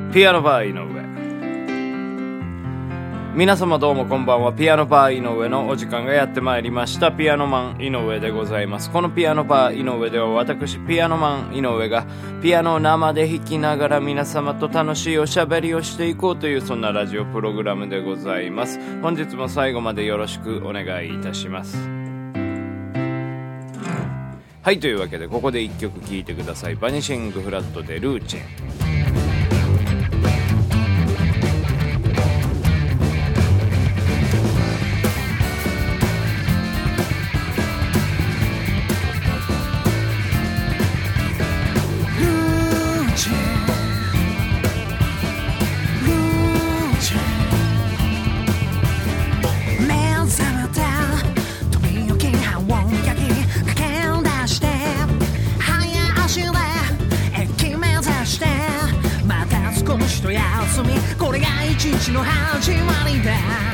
ピアノバー井上。皆様どうもこんばんは。ピアノバー井上のお時間がやってまいりました。ピアノマン井上でございます。このピアノバー井上では私ピアノマン井上がピアノを生で弾きながら皆様と楽しいおしゃべりをしていこうという、そんなラジオプログラムでございます。本日も最後までよろしくお願いいたします。はい、というわけでここで1曲聴いてください。バニシングフラットでルーチン。 これが一日の始まりだ。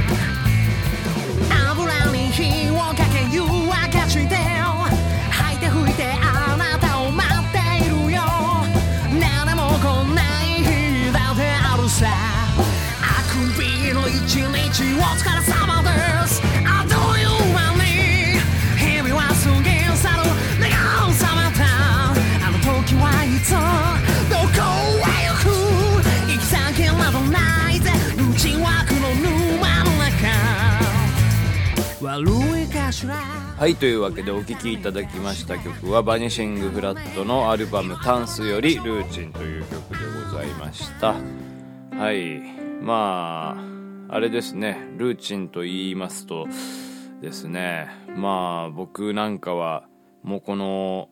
油に火をかけ湯沸かして吐いて吹いてあなたを待っているよ。誰も来ない日だってあるさ。あくびの一日お疲れ様です。あっという間に日々は過ぎ去る。目が覚めたあの時はいつどこへ行く。などないぜルーチン枠の沼の中。悪いかしら。 はい、というわけでお聴きいただきました曲はバニシングフラットのアルバムタンスよりルーチンという曲でございました。はい、まああれですね、ルーチンと言いますとですね、まあ僕なんかはもうこの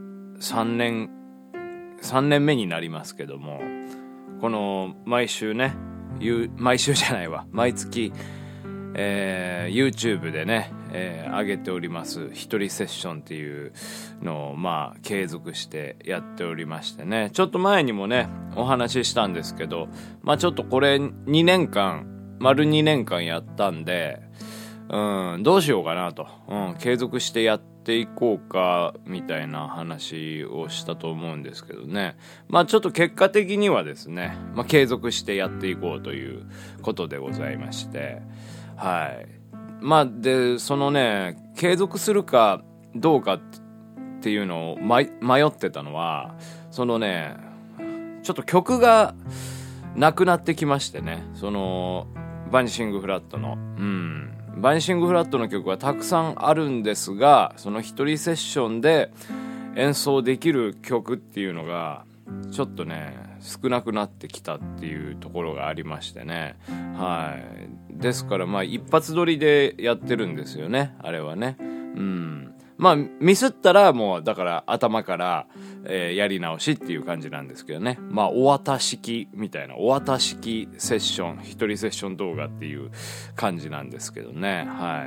3年目になりますけども、この毎週ね、毎週じゃないわ、毎月、YouTube でね、上げております一人セッションっていうのをまあ継続してやっておりましてね、ちょっと前にもねお話ししたんですけど、まあちょっとこれ丸2年間やったんで、どうしようかなと、継続してやっていこうかみたいな話をしたと思うんですけどね、まあちょっと結果的にはですね、まあ、継続してやっていこうということでございまして、はい、まあでそのね継続するかどうかっていうのを迷ってたのは、そのねちょっと曲がなくなってきましてね、そのバニシングフラットのバニシングフラットの曲はたくさんあるんですが、その一人セッションで演奏できる曲っていうのがちょっとね少なくなってきたっていうところがありましてね、はい、ですからまあ一発撮りでやってるんですよね、あれはね。まあミスったらもうだから頭から、やり直しっていう感じなんですけどね、まあお渡式みたいな、お渡式セッション、一人セッション動画っていう感じなんですけどね、はい、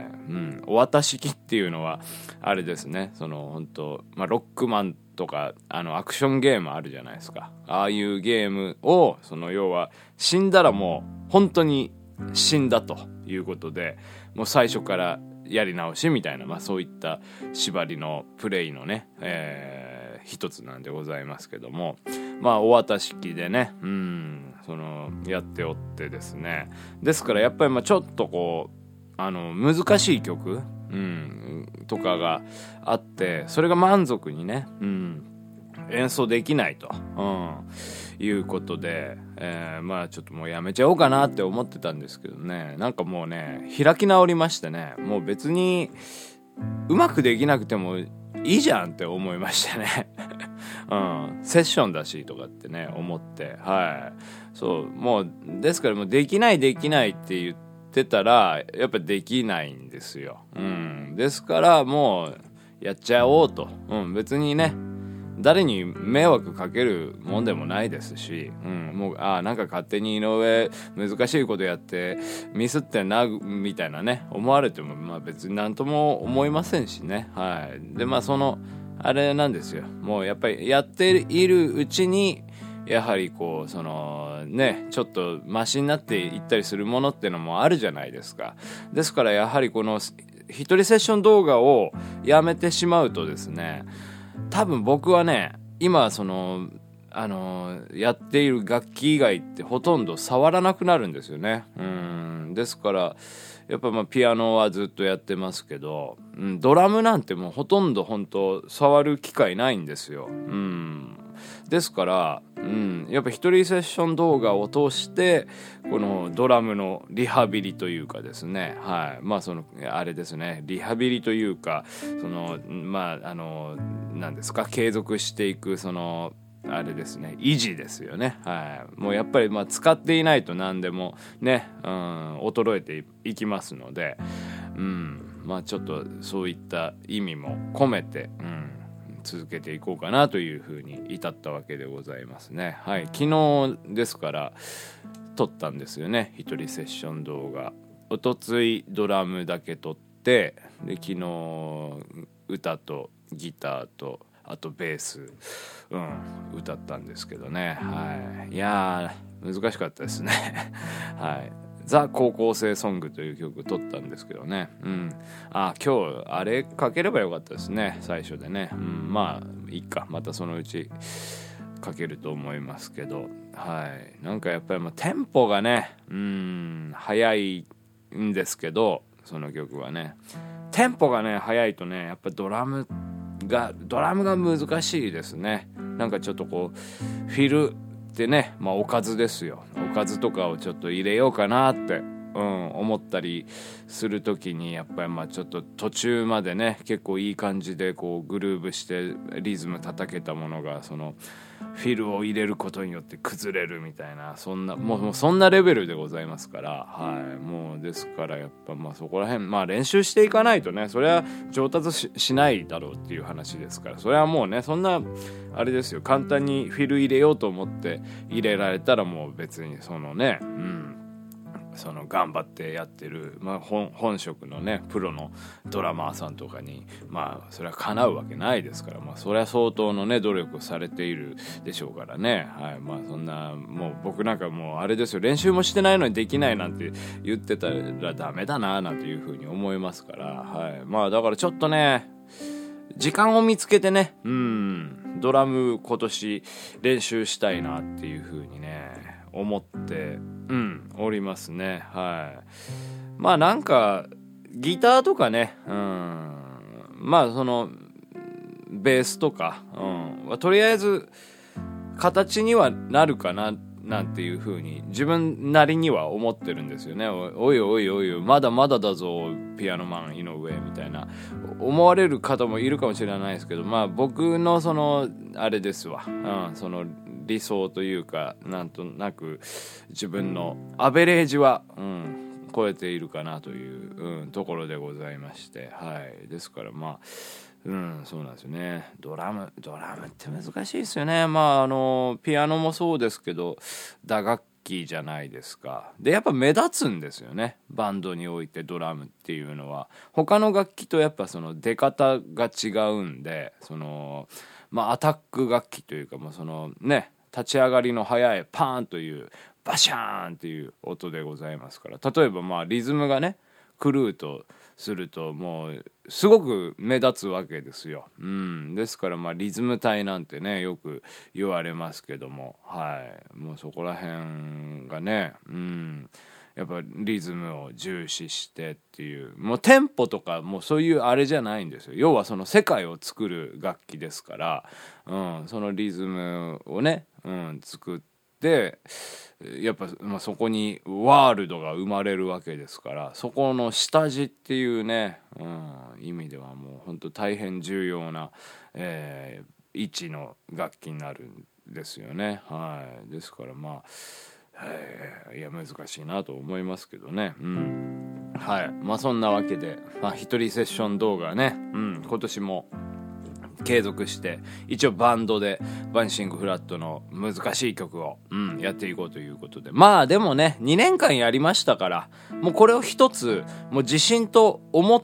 お渡式っていうのはあれですね、その本当、まあロックマンとかアクションゲームあるじゃないですか、ああいうゲームをその要は死んだらもう本当に死んだということで、もう最初からやり直しみたいな、まあそういった縛りのプレイのね、一つなんでございますけども、まあお渡し機でね、そのやっておってですね、ですからやっぱりまあちょっとこう難しい曲、とかがあって、それが満足にね、演奏できないと、いうことで、まあちょっともうやめちゃおうかなって思ってたんですけどね、なんかもうね開き直りましてね、もう別にうまくできなくてもいいじゃんって思いましてねセッションだしとかってね思って、はい、そうもうですからもうできないって言ってたらやっぱできないんですよ。ですからもうやっちゃおうと、別にね誰に迷惑かけるもんでもないですし、もうなんか勝手に井上難しいことやってミスってんなみたいなね思われてもまあ別になんとも思いませんしね、はい。でまあそのあれなんですよ、もうやっぱりやっているうちにやはりこうそのねちょっとマシになっていったりするものってのもあるじゃないですか。ですからやはりこの一人セッション動画をやめてしまうとですね、多分僕はね今そのやっている楽器以外ってほとんど触らなくなるんですよね。ですからやっぱピアノはずっとやってますけど、ドラムなんてもうほとんど本当触る機会ないんですよ。ですから、やっぱ一人セッション動画を通してこのドラムのリハビリというかですね、あれですね、リハビリというか何ですか、継続していくあれですね、維持ですよね。もうやっぱり使っていないと何でもね、衰えていきますので、ちょっとそういった意味も込めて、続けていこうかなというふうに至ったわけでございますね。昨日ですから撮ったんですよね、一人セッション動画。おとついドラムだけ撮って、で昨日歌とギターとあとベース、歌ったんですけどね。いやー難しかったですね。ザ高校生ソングという曲撮ったんですけどね。今日あれかければよかったですね、最初でね。いいか、またそのうちかけると思いますけど、なんかやっぱりテンポがね、速いんですけど、その曲はねテンポがね速いとね、やっぱドラムが難しいですね。なんかちょっとこうフィルってね、おかずですよ。おかずとかをちょっと入れようかなって思ったりするときに、やっぱりちょっと途中までね結構いい感じでこうグルーブしてリズム叩けたものがそのフィルを入れることによって崩れるみたいな、もうそんなレベルでございますから、もうですからやっぱそこら辺練習していかないとね、それは上達 しないだろうっていう話ですから、それはもうねそんなあれですよ、簡単にフィル入れようと思って入れられたらもう別に頑張ってやってる、本職のねプロのドラマーさんとかにそれはかなうわけないですから、それは相当のね努力されているでしょうからね。そんなもう僕なんかもうあれですよ、練習もしてないのにできないなんて言ってたらダメだななんていうふうに思いますから、だからちょっとね時間を見つけてね、ドラム今年練習したいなっていうふうにね思っておりますね。なんかギターとかね、そのベースとか、とりあえず形にはなるかななんていう風に自分なりには思ってるんですよね。おいまだまだだぞピアノマン井上みたいな思われる方もいるかもしれないですけど、僕のそのあれですわ、その理想というかなんとなく自分のアベレージは、超えているかなという、ところでございまして、ですからそうなんですよね。ドラムって難しいですよね。ピアノもそうですけど打楽器じゃないですか。でやっぱ目立つんですよね、バンドにおいてドラムっていうのは他の楽器とやっぱその出方が違うんで、アタック楽器というか立ち上がりの速いパーンというバシャーンっていう音でございますから、例えばリズムがね狂うとするともうすごく目立つわけですよ。ですからリズム体なんてねよく言われますけども、もうそこら辺がね、やっぱリズムを重視してっていう、もうテンポとかもうそういうあれじゃないんですよ。要はその世界を作る楽器ですから、そのリズムをね、作ってやっぱそこにワールドが生まれるわけですから、そこの下地っていうね、意味ではもう本当大変重要な、位置の楽器になるんですよね。ですからいや難しいなと思いますけどね。そんなわけで、一人セッション動画ね、今年も継続して一応バンドでバンシングフラットの難しい曲を、やっていこうということで、でもね2年間やりましたから、もうこれを一つもう自信と思って、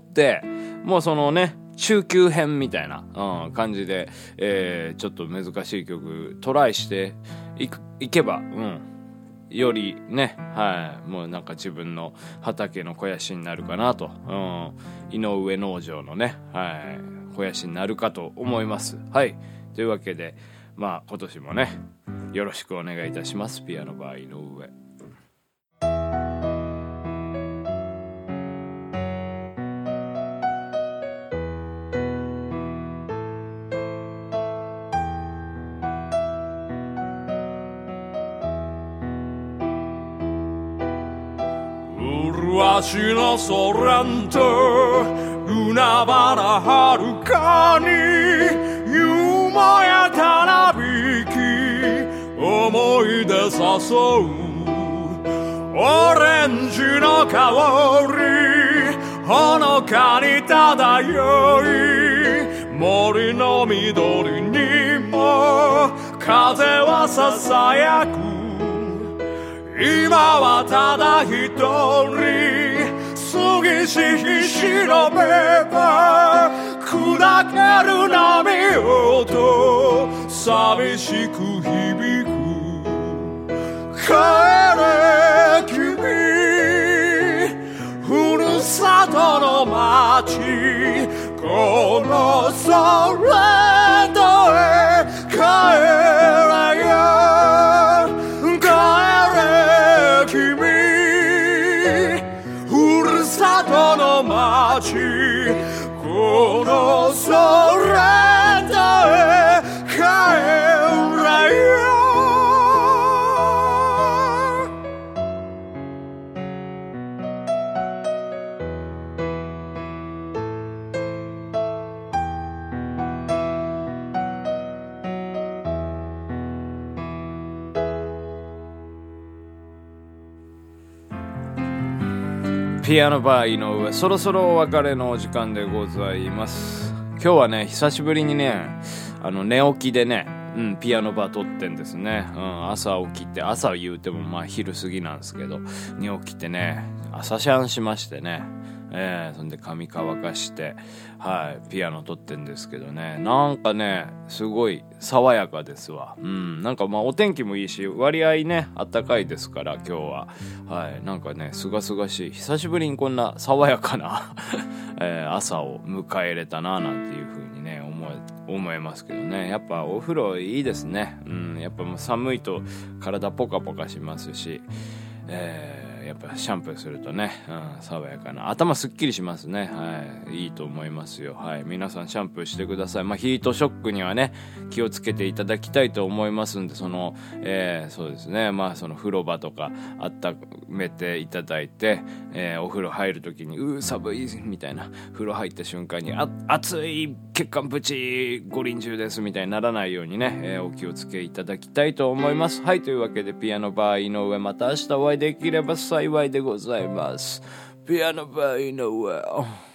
もうそのね中級編みたいな、感じで、ちょっと難しい曲トライしていけば、よりね、もうなんか自分の畑の肥やしになるかなと、井上農場のね、肥やしになるかと思います。というわけでまあ今年もねよろしくお願いいたします。ピアノバー井上。 麗の空んと海原はるかに夢やたなびき思い出誘うオレンジの香りほのかに漂い森の緑にも風はささやく今はただ一人過ぎし日調べば砕ける波音寂しく響く帰れ君ふるさとの街このソレントへ帰れよこの街このソレントへ帰れよピアノバー井上、そろそろお別れのお時間でございます。今日はね久しぶりにね寝起きでね、ピアノバー撮ってんですね、朝起きて、朝言うてもまあ昼過ぎなんですけど、寝起きてね朝シャンしましてね、そんで髪乾かしてピアノ撮ってんですけどね、なんかねすごい爽やかですわ。なんかまあお天気もいいし割合ね暖かいですから今日はなんかねすがすがしい、久しぶりにこんな爽やかな、朝を迎えれたななんていう風にね思えますけどね。やっぱお風呂いいですね。やっぱもう寒いと体ポカポカしますし、やっぱシャンプーするとね、爽やかな頭すっきりしますね。いいと思いますよ。皆さんシャンプーしてください。ヒートショックにはね気をつけていただきたいと思いますんで、そうですね、その風呂場とか温めていただいて、お風呂入るときに寒いみたいな、風呂入った瞬間に熱い血管プチ五輪中ですみたいにならないようにね、お気をつけいただきたいと思います。というわけでピアノバー井上、また明日お会いできれば幸いでございます。ピアノバー井上。